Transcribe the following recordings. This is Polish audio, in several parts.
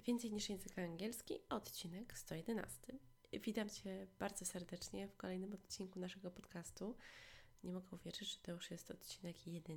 Więcej niż język angielski, odcinek 111. Witam Cię bardzo serdecznie w kolejnym odcinku naszego podcastu. Nie mogę uwierzyć, że to już jest odcinek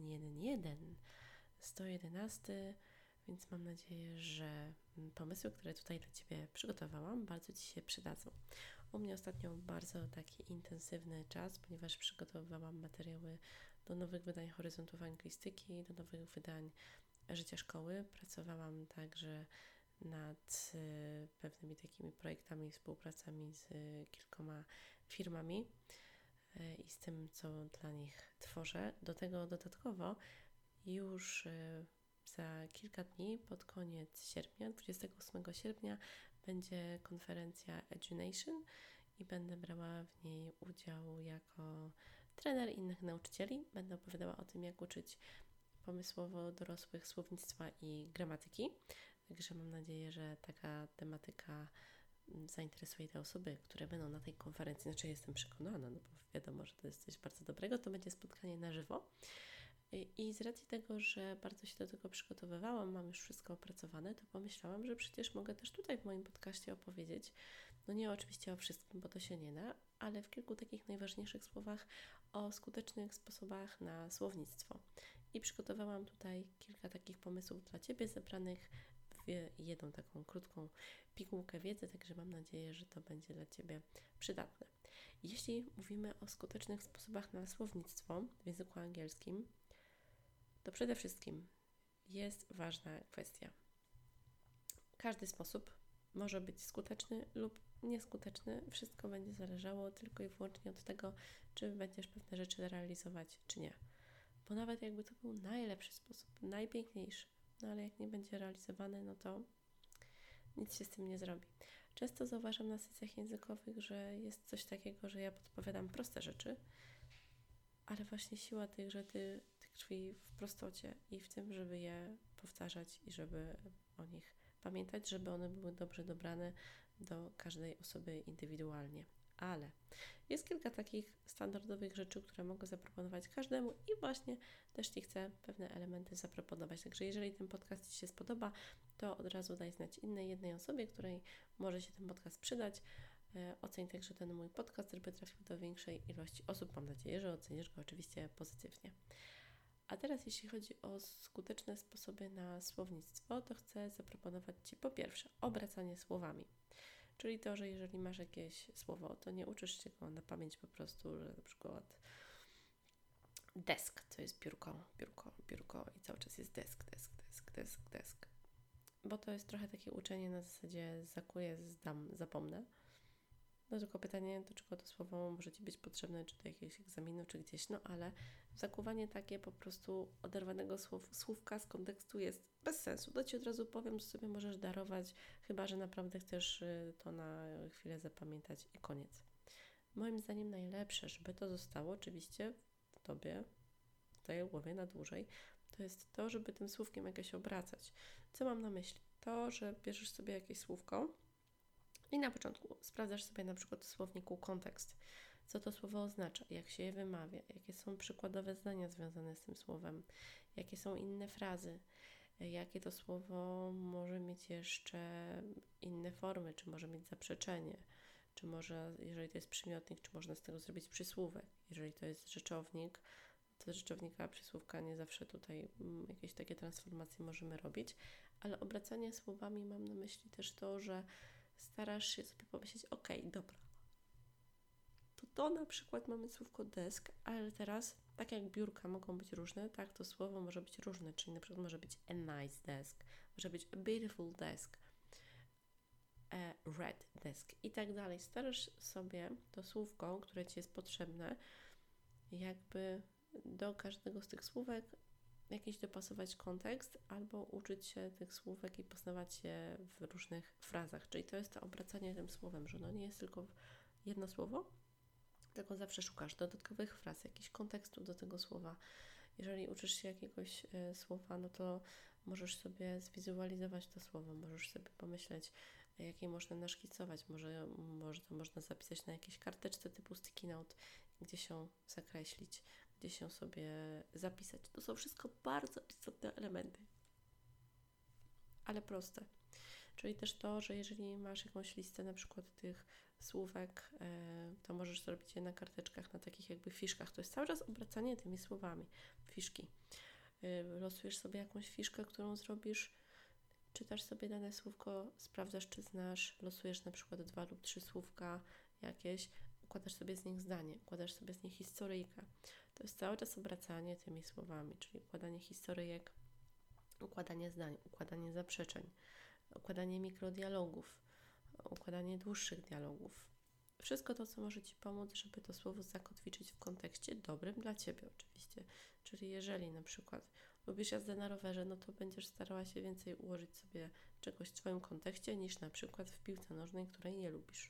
111, więc mam nadzieję, że pomysły, które tutaj dla Ciebie przygotowałam, bardzo Ci się przydadzą. U mnie ostatnio bardzo taki intensywny czas, ponieważ przygotowywałam materiały do nowych wydań Horyzontów Anglistyki, do nowych wydań Życia Szkoły. Pracowałam także nad pewnymi takimi projektami, współpracami z kilkoma firmami i z tym, co dla nich tworzę. Do tego dodatkowo już za kilka dni, pod koniec sierpnia, 28 sierpnia, będzie konferencja EduNation i będę brała w niej udział jako trener innych nauczycieli. Będę opowiadała o tym, jak uczyć pomysłowo dorosłych słownictwa i gramatyki. Także mam nadzieję, że taka tematyka zainteresuje te osoby, które będą na tej konferencji. Znaczy jestem przekonana, no bo wiadomo, że to jest coś bardzo dobrego. To będzie spotkanie na żywo. I z racji tego, że bardzo się do tego przygotowywałam, mam już wszystko opracowane, to pomyślałam, że przecież mogę też tutaj w moim podcaście opowiedzieć. No nie oczywiście o wszystkim, bo to się nie da, ale w kilku takich najważniejszych słowach o skutecznych sposobach na słownictwo. I przygotowałam tutaj kilka takich pomysłów dla Ciebie, zebranych w jedną taką krótką pigułkę wiedzy, także mam nadzieję, że to będzie dla Ciebie przydatne. Jeśli mówimy o skutecznych sposobach na słownictwo w języku angielskim, to przede wszystkim jest ważna kwestia. Każdy sposób może być skuteczny lub nieskuteczny. Wszystko będzie zależało tylko i wyłącznie od tego, czy będziesz pewne rzeczy realizować, czy nie. Bo nawet jakby to był najlepszy sposób, najpiękniejszy, no ale jak nie będzie realizowany, no to nic się z tym nie zrobi. Często zauważam na sesjach językowych, że jest coś takiego, że ja podpowiadam proste rzeczy, ale właśnie siła tych rzeczy tkwi w prostocie i w tym, żeby je powtarzać i żeby o nich pamiętać, żeby one były dobrze dobrane do każdej osoby indywidualnie. Ale jest kilka takich standardowych rzeczy, które mogę zaproponować każdemu i właśnie też Ci chcę pewne elementy zaproponować. Także jeżeli ten podcast Ci się spodoba, to od razu daj znać innej jednej osobie, której może się ten podcast przydać. Oceń także ten mój podcast, żeby trafił do większej ilości osób. Mam nadzieję, że ocenisz go oczywiście pozytywnie. A teraz jeśli chodzi o skuteczne sposoby na słownictwo, to chcę zaproponować Ci po pierwsze obracanie słowami. Czyli to, że jeżeli masz jakieś słowo, to nie uczysz się go na pamięć po prostu, że na przykład desk to jest biurko i cały czas jest desk. Bo to jest trochę takie uczenie na zasadzie zakuję, zdam, zapomnę. No tylko pytanie, do czego to słowo może Ci być potrzebne, czy do jakiegoś egzaminu, czy gdzieś, no ale zakuwanie takie po prostu oderwanego słówka z kontekstu jest bez sensu. To Ci od razu powiem, że sobie możesz darować, chyba że naprawdę chcesz to na chwilę zapamiętać i koniec. Moim zdaniem najlepsze, żeby to zostało oczywiście w Tobie, w Twojej głowie na dłużej, to jest to, żeby tym słówkiem jakieś obracać. Co mam na myśli? To, że bierzesz sobie jakieś słówko i na początku sprawdzasz sobie na przykład w słowniku kontekst, co to słowo oznacza, jak się je wymawia, jakie są przykładowe zdania związane z tym słowem, jakie są inne frazy, jakie to słowo może mieć jeszcze inne formy, czy może mieć zaprzeczenie, czy może, jeżeli to jest przymiotnik, czy można z tego zrobić przysłówek. Jeżeli to jest rzeczownik, to z rzeczownika przysłówka nie zawsze tutaj jakieś takie transformacje możemy robić, ale obracanie słowami mam na myśli też to, że starasz się sobie pomyśleć, dobra, to na przykład mamy słówko desk, ale teraz, tak jak biurka mogą być różne, tak to słowo może być różne, czyli na przykład może być a nice desk, może być a beautiful desk, a red desk i tak dalej. Starasz sobie to słówko, które Ci jest potrzebne, jakby do każdego z tych słówek jakiś dopasować kontekst albo uczyć się tych słówek i poznawać je w różnych frazach. Czyli to jest to obracanie tym słowem, że nie jest tylko jedno słowo, tylko zawsze szukasz dodatkowych fraz, jakiś kontekstu do tego słowa. Jeżeli uczysz się jakiegoś słowa, no to możesz sobie zwizualizować to słowo, możesz sobie pomyśleć, jakie można naszkicować. Może to można zapisać na jakiejś karteczce typu sticky note, gdzie się zakreślić, gdzie się sobie zapisać. To są wszystko bardzo istotne elementy, ale proste. Czyli też to, że jeżeli masz jakąś listę na przykład tych słówek, to możesz zrobić je na karteczkach, na takich jakby fiszkach. To jest cały czas obracanie tymi słowami. Fiszki. Losujesz sobie jakąś fiszkę, którą zrobisz, czytasz sobie dane słówko, sprawdzasz, czy znasz, losujesz na przykład 2 lub 3 słówka jakieś, układasz sobie z nich zdanie, układasz sobie z nich historyjkę. To jest cały czas obracanie tymi słowami, czyli układanie historyjek, układanie zdań, układanie zaprzeczeń, układanie mikrodialogów, układanie dłuższych dialogów. Wszystko to, co może Ci pomóc, żeby to słowo zakotwiczyć w kontekście dobrym dla Ciebie oczywiście. Czyli jeżeli na przykład lubisz jazdę na rowerze, no to będziesz starała się więcej ułożyć sobie czegoś w Twoim kontekście niż na przykład w piłce nożnej, której nie lubisz.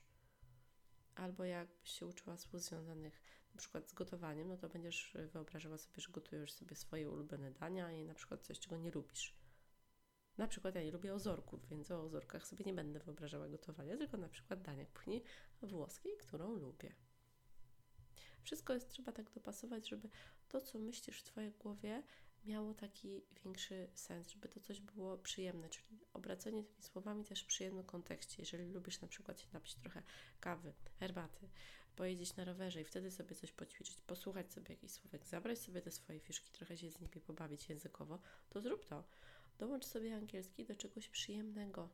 Albo jakbyś się uczyła słów związanych na przykład z gotowaniem, no to będziesz wyobrażała sobie, że gotujesz sobie swoje ulubione dania i na przykład coś, czego nie lubisz. Na przykład ja nie lubię ozorków, więc o ozorkach sobie nie będę wyobrażała gotowania, tylko na przykład dania kuchni włoskiej, którą lubię. Wszystko jest trzeba tak dopasować, żeby to, co myślisz w Twojej głowie, miało taki większy sens, żeby to coś było przyjemne, czyli obracanie tymi słowami też w przyjemnym kontekście. Jeżeli lubisz na przykład się napić trochę kawy, herbaty, pojeździć na rowerze i wtedy sobie coś poćwiczyć, posłuchać sobie jakichś słówek, zabrać sobie te swoje fiszki, trochę się z nimi pobawić językowo, to zrób to. Dołącz sobie angielski do czegoś przyjemnego,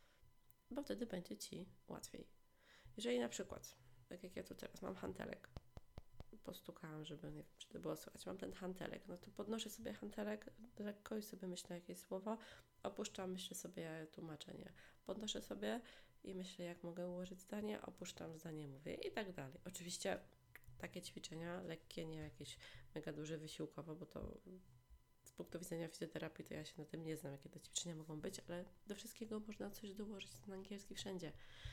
bo wtedy będzie Ci łatwiej. Jeżeli na przykład, tak jak ja tu teraz mam hantelek, postukałam, żeby, nie wiem, czy to było słychać, mam ten hantelek, no to podnoszę sobie hantelek lekko i sobie myślę jakieś słowo, opuszczam, myślę sobie tłumaczenie, podnoszę sobie i myślę, jak mogę ułożyć zdanie, opuszczam zdanie, mówię i tak dalej. Oczywiście takie ćwiczenia lekkie, nie jakieś mega duże wysiłkowo, bo to z punktu widzenia fizjoterapii to ja się na tym nie znam, jakie te ćwiczenia mogą być, ale do wszystkiego można coś dołożyć, ten angielski wszędzie.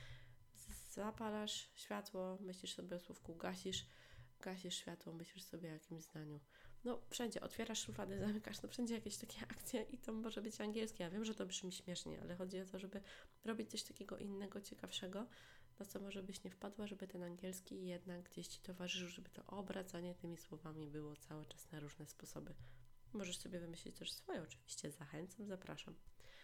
Zapalasz światło, myślisz sobie o słówku, gasisz światło, myślisz sobie o jakimś zdaniu. No wszędzie, otwierasz szufladę, zamykasz, no wszędzie jakieś takie akcje i to może być angielskie. Ja wiem, że to brzmi śmiesznie, ale chodzi o to, żeby robić coś takiego innego, ciekawszego, na co może byś nie wpadła, żeby ten angielski jednak gdzieś Ci towarzyszył, żeby to obracanie tymi słowami było cały czas na różne sposoby. Możesz sobie wymyślić też swoje, oczywiście, zachęcam, zapraszam.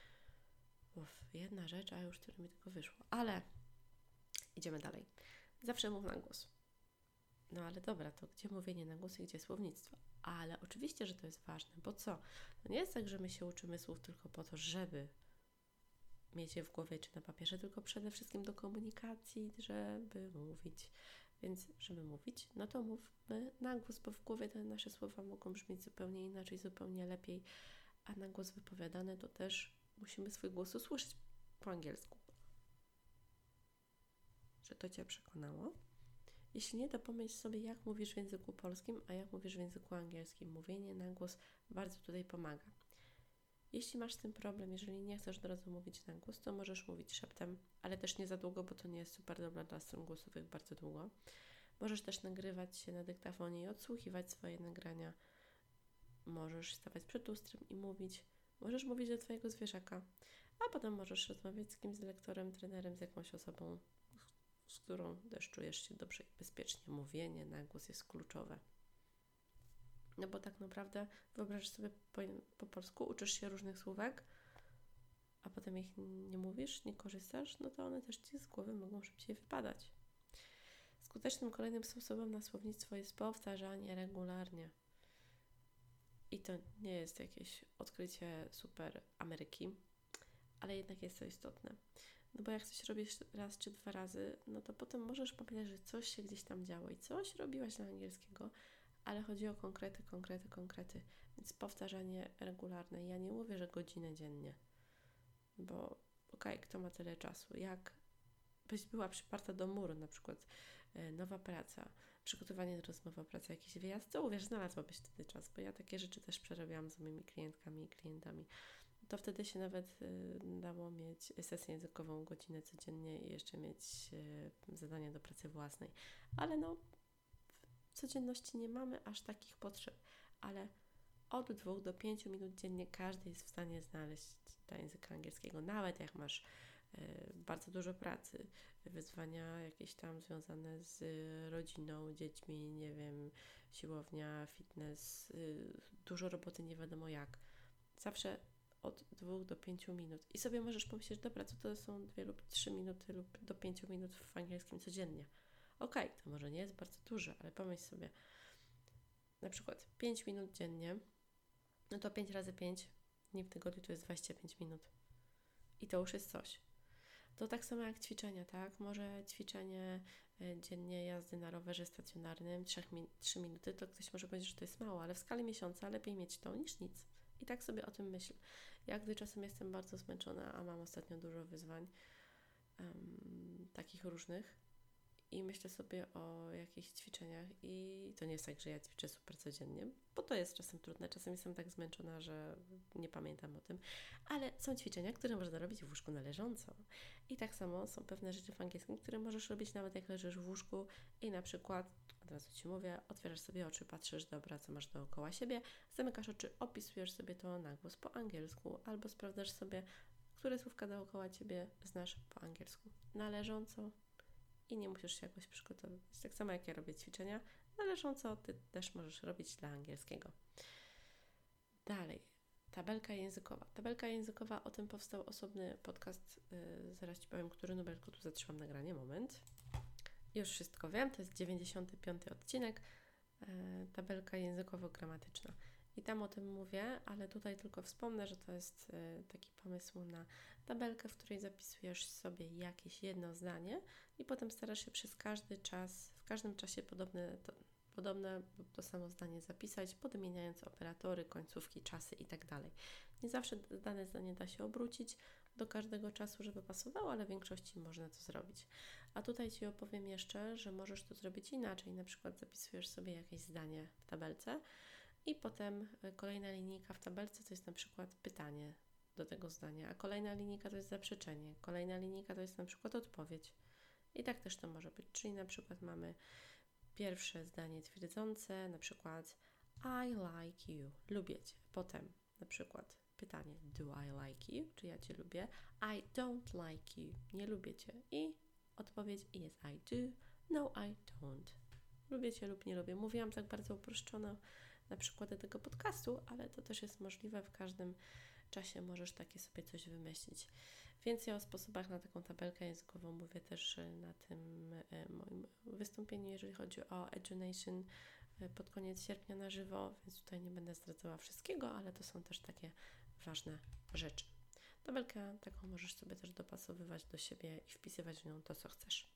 Jedna rzecz, a już tyle mi tylko wyszło. Ale idziemy dalej. Zawsze mów na głos. No ale dobra, to gdzie mówienie na głos i gdzie słownictwo? Ale oczywiście, że to jest ważne, bo co? To nie jest tak, że my się uczymy słów tylko po to, żeby mieć je w głowie czy na papierze, tylko przede wszystkim do komunikacji, żeby mówić. Więc żeby mówić, no to mówmy na głos, bo w głowie te nasze słowa mogą brzmieć zupełnie inaczej, zupełnie lepiej, a na głos wypowiadane to też musimy swój głos usłyszeć po angielsku. Że to Cię przekonało? Jeśli nie, to pomyśl sobie, jak mówisz w języku polskim, a jak mówisz w języku angielskim. Mówienie na głos bardzo tutaj pomaga. Jeśli masz z tym problem, jeżeli nie chcesz od razu mówić na głos, to możesz mówić szeptem, ale też nie za długo, bo to nie jest super dobre dla stron głosowych bardzo długo. Możesz też nagrywać się na dyktafonie i odsłuchiwać swoje nagrania. Możesz stawać przed lustrem i mówić. Możesz mówić do Twojego zwierzaka, a potem możesz rozmawiać z kimś, z lektorem, trenerem, z jakąś osobą, z którą też czujesz się dobrze i bezpiecznie. Mówienie na głos jest kluczowe. No bo tak naprawdę wyobraź sobie po polsku, uczysz się różnych słówek, a potem ich nie mówisz, nie korzystasz, no to one też Ci z głowy mogą szybciej wypadać. Skutecznym kolejnym sposobem na słownictwo jest powtarzanie regularnie. I to nie jest jakieś odkrycie super Ameryki, ale jednak jest to istotne. No bo jak coś robisz raz czy 2 razy, no to potem możesz powiedzieć, że coś się gdzieś tam działo i coś robiłaś dla angielskiego, ale chodzi o konkrety. Więc powtarzanie regularne. Ja nie mówię, że godzinę dziennie, bo kto ma tyle czasu? Jak byś była przyparta do muru, na przykład nowa praca, przygotowanie do rozmowy o pracy, jakiś wyjazd, to uwierz, znalazłabyś wtedy czas, bo ja takie rzeczy też przerabiałam z moimi klientkami i klientami. To wtedy się nawet dało mieć sesję językową godzinę codziennie i jeszcze mieć zadanie do pracy własnej. Ale no, w codzienności nie mamy aż takich potrzeb, ale od 2 do 5 minut dziennie każdy jest w stanie znaleźć dla języka angielskiego, nawet jak masz bardzo dużo pracy, wyzwania jakieś tam związane z rodziną, dziećmi, nie wiem, siłownia, fitness, dużo roboty nie wiadomo jak. Zawsze od 2 do 5 minut. I sobie możesz pomyśleć, dobra, co to są 2 lub 3 minuty lub do 5 minut w angielskim codziennie. Okej, to może nie jest bardzo dużo, ale pomyśl sobie, na przykład 5 minut dziennie, no to 5 razy 5 dni w tygodniu to jest 25 minut. I to już jest coś. To tak samo jak ćwiczenia, tak? Może ćwiczenie dziennie jazdy na rowerze stacjonarnym 3 minuty, to ktoś może powiedzieć, że to jest mało, ale w skali miesiąca lepiej mieć to niż nic. I tak sobie o tym myśl. Ja gdy czasem jestem bardzo zmęczona, a mam ostatnio dużo wyzwań takich różnych, i myślę sobie o jakichś ćwiczeniach i to nie jest tak, że ja ćwiczę super codziennie, bo to jest czasem trudne, czasem jestem tak zmęczona, że nie pamiętam o tym, ale są ćwiczenia, które można robić w łóżku na leżąco. I tak samo są pewne rzeczy w angielskim, które możesz robić nawet jak leżysz w łóżku i na przykład, od razu Ci mówię, otwierasz sobie oczy, patrzysz, dobra, co masz dookoła siebie, zamykasz oczy, opisujesz sobie to na głos po angielsku albo sprawdzasz sobie, które słówka dookoła Ciebie znasz po angielsku. Na leżąco i nie musisz się jakoś przygotowywać. Tak samo jak ja robię ćwiczenia, na leżąco Ty też możesz robić dla angielskiego. Dalej, tabelka językowa. Tabelka językowa, o tym powstał osobny podcast, zaraz Ci powiem, który numer, tylko tu zatrzymam nagranie, moment. Już wszystko wiem, to jest 95. odcinek, tabelka językowo-gramatyczna. I tam o tym mówię, ale tutaj tylko wspomnę, że to jest taki pomysł na tabelkę, w której zapisujesz sobie jakieś jedno zdanie i potem starasz się przez każdy czas, w każdym czasie podobne lub to samo zdanie zapisać, podmieniając operatory, końcówki, czasy i tak dalej. Nie zawsze dane zdanie da się obrócić do każdego czasu, żeby pasowało, ale w większości można to zrobić. A tutaj Ci opowiem jeszcze, że możesz to zrobić inaczej. Na przykład zapisujesz sobie jakieś zdanie w tabelce i potem kolejna linijka w tabelce to jest na przykład pytanie do tego zdania, a kolejna linijka to jest zaprzeczenie, kolejna linijka to jest na przykład odpowiedź. I tak też to może być. Czyli na przykład mamy pierwsze zdanie twierdzące, na przykład I like you, lubię Cię. Potem na przykład pytanie do I like you, czy ja Cię lubię? I don't like you, nie lubię Cię. I odpowiedź jest I do, no I don't. Lubię Cię lub nie lubię. Mówiłam tak bardzo uproszczono na przykłady tego podcastu, ale to też jest możliwe. W każdym czasie możesz takie sobie coś wymyślić. Więcej o sposobach na taką tabelkę językową mówię też na tym moim wystąpieniu, jeżeli chodzi o EduNation pod koniec sierpnia na żywo, więc tutaj nie będę zdradzała wszystkiego, ale to są też takie ważne rzeczy. Tabelkę taką możesz sobie też dopasowywać do siebie i wpisywać w nią to, co chcesz.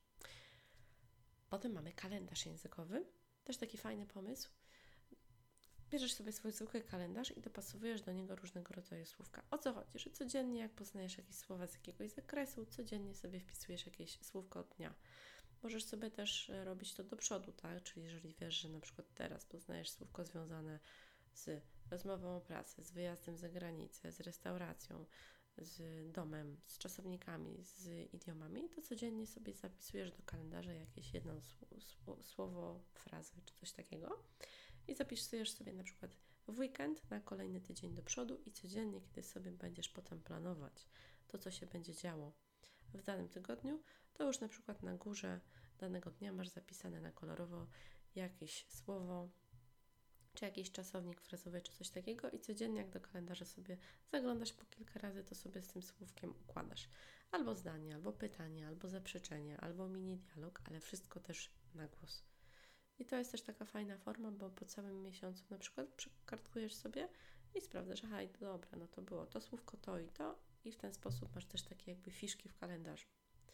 Potem mamy kalendarz językowy, też taki fajny pomysł. Bierzesz sobie swój zwykły kalendarz i dopasowujesz do niego różnego rodzaju słówka. O co chodzi? Że codziennie, jak poznajesz jakieś słowa z jakiegoś zakresu, codziennie sobie wpisujesz jakieś słówko od dnia. Możesz sobie też robić to do przodu, tak? Czyli jeżeli wiesz, że na przykład teraz poznajesz słówko związane z rozmową o pracy, z wyjazdem za granicę, z restauracją, z domem, z czasownikami, z idiomami, to codziennie sobie zapisujesz do kalendarza jakieś jedno słowo, frazę czy coś takiego i zapisujesz sobie na przykład w weekend na kolejny tydzień do przodu i codziennie, kiedy sobie będziesz potem planować to, co się będzie działo w danym tygodniu, to już na przykład na górze danego dnia masz zapisane na kolorowo jakieś słowo, czy jakiś czasownik frazowy, czy coś takiego i codziennie jak do kalendarza sobie zaglądasz po kilka razy, to sobie z tym słówkiem układasz. Albo zdanie, albo pytanie, albo zaprzeczenie, albo mini dialog, ale wszystko też na głos. I to jest też taka fajna forma, bo po całym miesiącu na przykład przekartkujesz sobie i sprawdzasz, aha, dobra, no to było to słówko, to i w ten sposób masz też takie jakby fiszki w kalendarzu.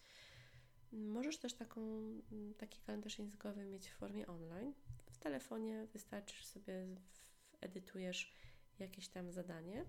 Możesz też taki kalendarz językowy mieć w formie online. W telefonie wystarczy sobie, edytujesz jakieś tam zadanie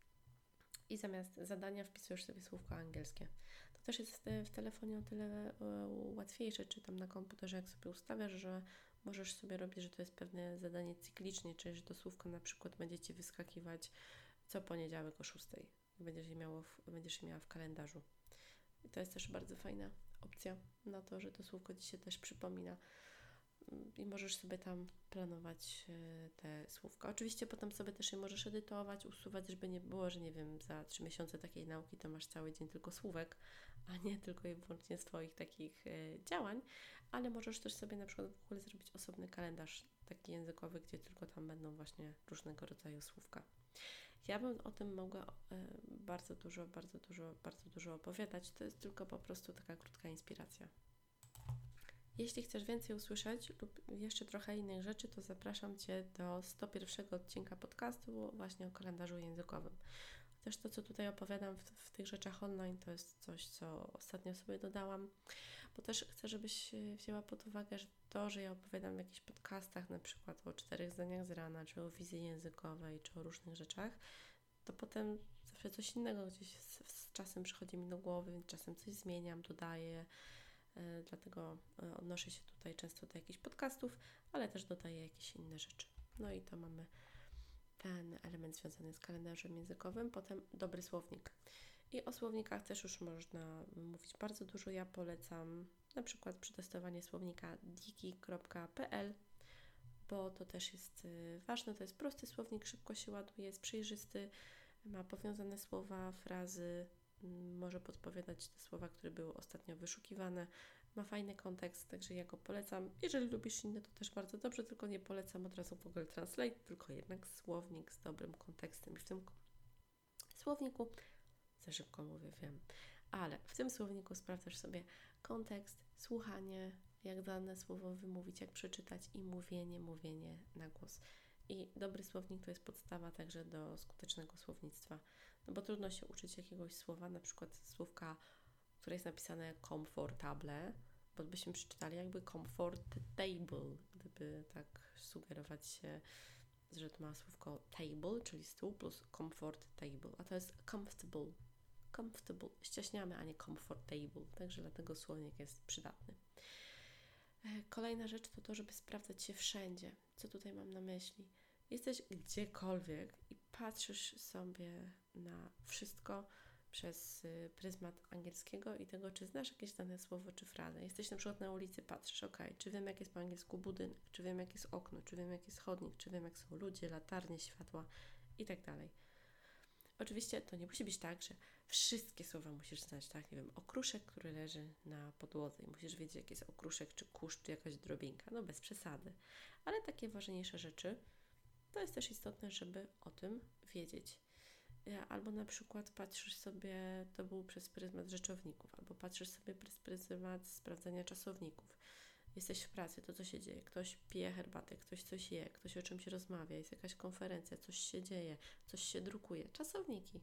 i zamiast zadania wpisujesz sobie słówko angielskie. To też jest w telefonie o tyle łatwiejsze, czy tam na komputerze, jak sobie ustawiasz, że możesz sobie robić, że to jest pewne zadanie cyklicznie, czyli że to słówko na przykład będzie Ci wyskakiwać co poniedziałek o 6. Będziesz je miała w kalendarzu. I to jest też bardzo fajna opcja na to, że to słówko Ci się też przypomina i możesz sobie tam planować te słówka. Oczywiście potem sobie też je możesz edytować, usuwać, żeby nie było, że nie wiem, za 3 miesiące takiej nauki to masz cały dzień tylko słówek, a nie tylko i wyłącznie z Twoich takich działań, ale możesz też sobie na przykład w ogóle zrobić osobny kalendarz taki językowy, gdzie tylko tam będą właśnie różnego rodzaju słówka. Ja bym o tym mogła bardzo dużo opowiadać. To jest tylko po prostu taka krótka inspiracja. Jeśli chcesz więcej usłyszeć lub jeszcze trochę innych rzeczy, to zapraszam Cię do 101 odcinka podcastu właśnie o kalendarzu językowym. Też to, co tutaj opowiadam w tych rzeczach online, to jest coś, co ostatnio sobie dodałam, bo też chcę, żebyś wzięła pod uwagę, że to, że ja opowiadam w jakichś podcastach, na przykład o 4 zdaniach z rana, czy o wizji językowej, czy o różnych rzeczach, to potem zawsze coś innego gdzieś z czasem przychodzi mi do głowy, więc czasem coś zmieniam, dodaję, dlatego odnoszę się tutaj często do jakichś podcastów, ale też dodaję jakieś inne rzeczy. No i to mamy ten element związany z kalendarzem językowym. Potem dobry słownik. I o słownikach też już można mówić bardzo dużo. Ja polecam na przykład przetestowanie słownika diki.pl, bo to też jest ważne. To jest prosty słownik, szybko się ładuje, jest przejrzysty, ma powiązane słowa, frazy, może podpowiadać te słowa, które były ostatnio wyszukiwane. Ma fajny kontekst, także ja go polecam. Jeżeli lubisz inny, to też bardzo dobrze, tylko nie polecam od razu Google Translate, tylko jednak słownik z dobrym kontekstem. I w tym słowniku, za szybko mówię, wiem, ale w tym słowniku sprawdzasz sobie kontekst, słuchanie, jak dane słowo wymówić, jak przeczytać i mówienie na głos. I dobry słownik to jest podstawa także do skutecznego słownictwa, no bo trudno się uczyć jakiegoś słowa, na przykład słówka, które jest napisane comfortable, bo byśmy przeczytali jakby comfortable, gdyby tak sugerować się, że to ma słówko table, czyli stół, plus comfort table, a to jest comfortable, ścieśniamy, a nie comfortable, także dlatego słownik jest przydatny. Kolejna rzecz to to, żeby sprawdzać się wszędzie. Co tutaj mam na myśli? Jesteś gdziekolwiek i patrzysz sobie na wszystko przez pryzmat angielskiego i tego, czy znasz jakieś dane słowo czy frazę. Jesteś na przykład na ulicy, patrzysz, czy wiem, jak jest po angielsku budynek, czy wiem, jak jest okno, czy wiem, jak jest chodnik, czy wiem, jak są ludzie, latarnie, światła i tak dalej. Oczywiście to nie musi być tak, że wszystkie słowa musisz znać, tak? Nie wiem, okruszek, który leży na podłodze i musisz wiedzieć, jaki jest okruszek, czy kurz, czy jakaś drobinka, no bez przesady. Ale takie ważniejsze rzeczy, to jest też istotne, żeby o tym wiedzieć. Albo na przykład patrzysz sobie, to był przez pryzmat rzeczowników, albo patrzysz sobie przez pryzmat sprawdzania czasowników. Jesteś w pracy, to co się dzieje? Ktoś pije herbatę, ktoś coś je, ktoś o czymś rozmawia, jest jakaś konferencja, coś się dzieje, coś się drukuje. Czasowniki.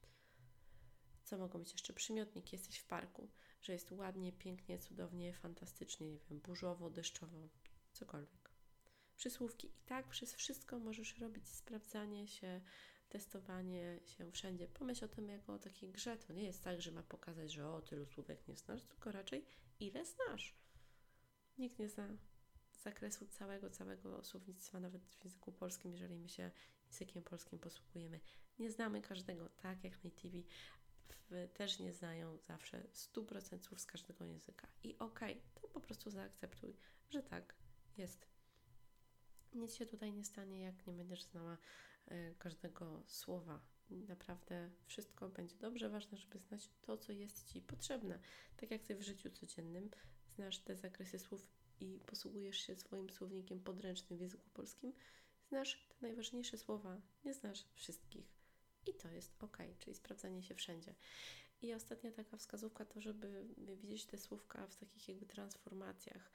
Co mogą być jeszcze? Przymiotniki. Jesteś w parku, że jest ładnie, pięknie, cudownie, fantastycznie, nie wiem, burzowo, deszczowo, cokolwiek. Przysłówki. I tak przez wszystko możesz robić sprawdzanie się, testowanie się wszędzie. Pomyśl o tym jako o takiej grze. To nie jest tak, że ma pokazać, że tylu słówek nie znasz, tylko raczej ile znasz. Nikt nie zna zakresu całego słownictwa, nawet w języku polskim, jeżeli my się językiem polskim posługujemy. Nie znamy każdego, tak jak nativi też nie znają zawsze 100% słów z każdego języka. I to po prostu zaakceptuj, że tak jest. Nic się tutaj nie stanie, jak nie będziesz znała każdego słowa. Naprawdę wszystko będzie dobrze. Ważne, żeby znać to, co jest Ci potrzebne. Tak jak Ty w życiu codziennym znasz te zakresy słów i posługujesz się swoim słownikiem podręcznym w języku polskim, znasz te najważniejsze słowa, nie znasz wszystkich. I to jest czyli sprawdzanie się wszędzie. I ostatnia taka wskazówka to, żeby widzieć te słówka w takich jakby transformacjach.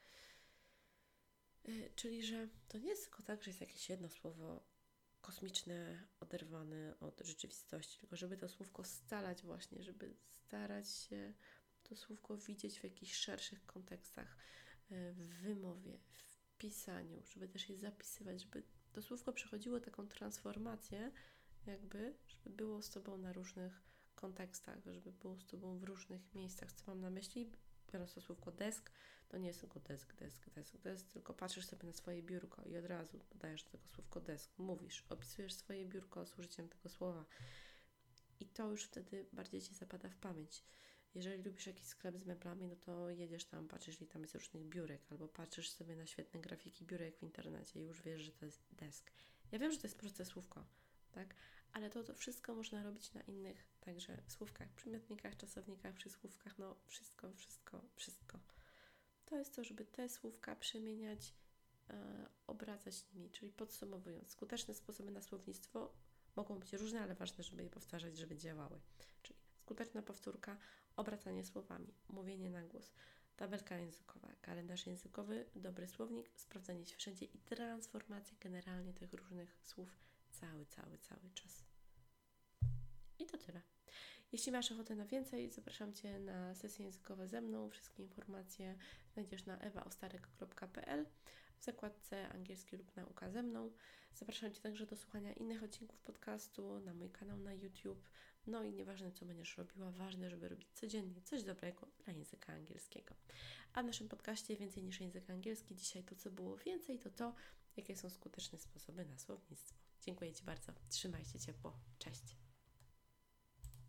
Czyli, że to nie jest tylko tak, że jest jakieś jedno słowo kosmiczne, oderwane od rzeczywistości, tylko żeby to słówko scalać właśnie, żeby starać się to słówko widzieć w jakichś szerszych kontekstach, w wymowie, w pisaniu, żeby też je zapisywać, żeby to słówko przechodziło taką transformację, żeby było z Tobą na różnych kontekstach, żeby było z Tobą w różnych miejscach. Co mam na myśli? Biorąc to słówko desk, to nie jest tylko desk, tylko patrzysz sobie na swoje biurko i od razu dodajesz do tego słówko desk, mówisz, opisujesz swoje biurko z użyciem tego słowa i to już wtedy bardziej Ci zapada w pamięć. Jeżeli lubisz jakiś sklep z meblami, no to jedziesz tam, patrzysz, ile tam jest różnych biurek, albo patrzysz sobie na świetne grafiki biurek w internecie i już wiesz, że to jest desk. Ja wiem, że to jest proste słówko, tak? Ale to wszystko można robić na innych, także słówkach, przymiotnikach, czasownikach, przysłówkach, no wszystko. To jest to, żeby te słówka przemieniać, obracać nimi, czyli podsumowując, skuteczne sposoby na słownictwo Mogą być różne, ale ważne, żeby je powtarzać, żeby działały. Czyli skuteczna powtórka, obracanie słowami, mówienie na głos, tabelka językowa, kalendarz językowy, dobry słownik, sprawdzanie się wszędzie i transformacja generalnie tych różnych słów cały czas. I to tyle. Jeśli masz ochotę na więcej, zapraszam Cię na sesje językowe ze mną. Wszystkie informacje znajdziesz na ewaostarek.pl w zakładce angielski lub nauka ze mną. Zapraszam Cię także do słuchania innych odcinków podcastu, na mój kanał na YouTube. No i nieważne, co będziesz robiła, ważne, żeby robić codziennie coś dobrego dla języka angielskiego. A w naszym podcaście Więcej niż język angielski dzisiaj to, co było więcej, to jakie są skuteczne sposoby na słownictwo. Dziękuję Ci bardzo. Trzymaj się ciepło. Cześć.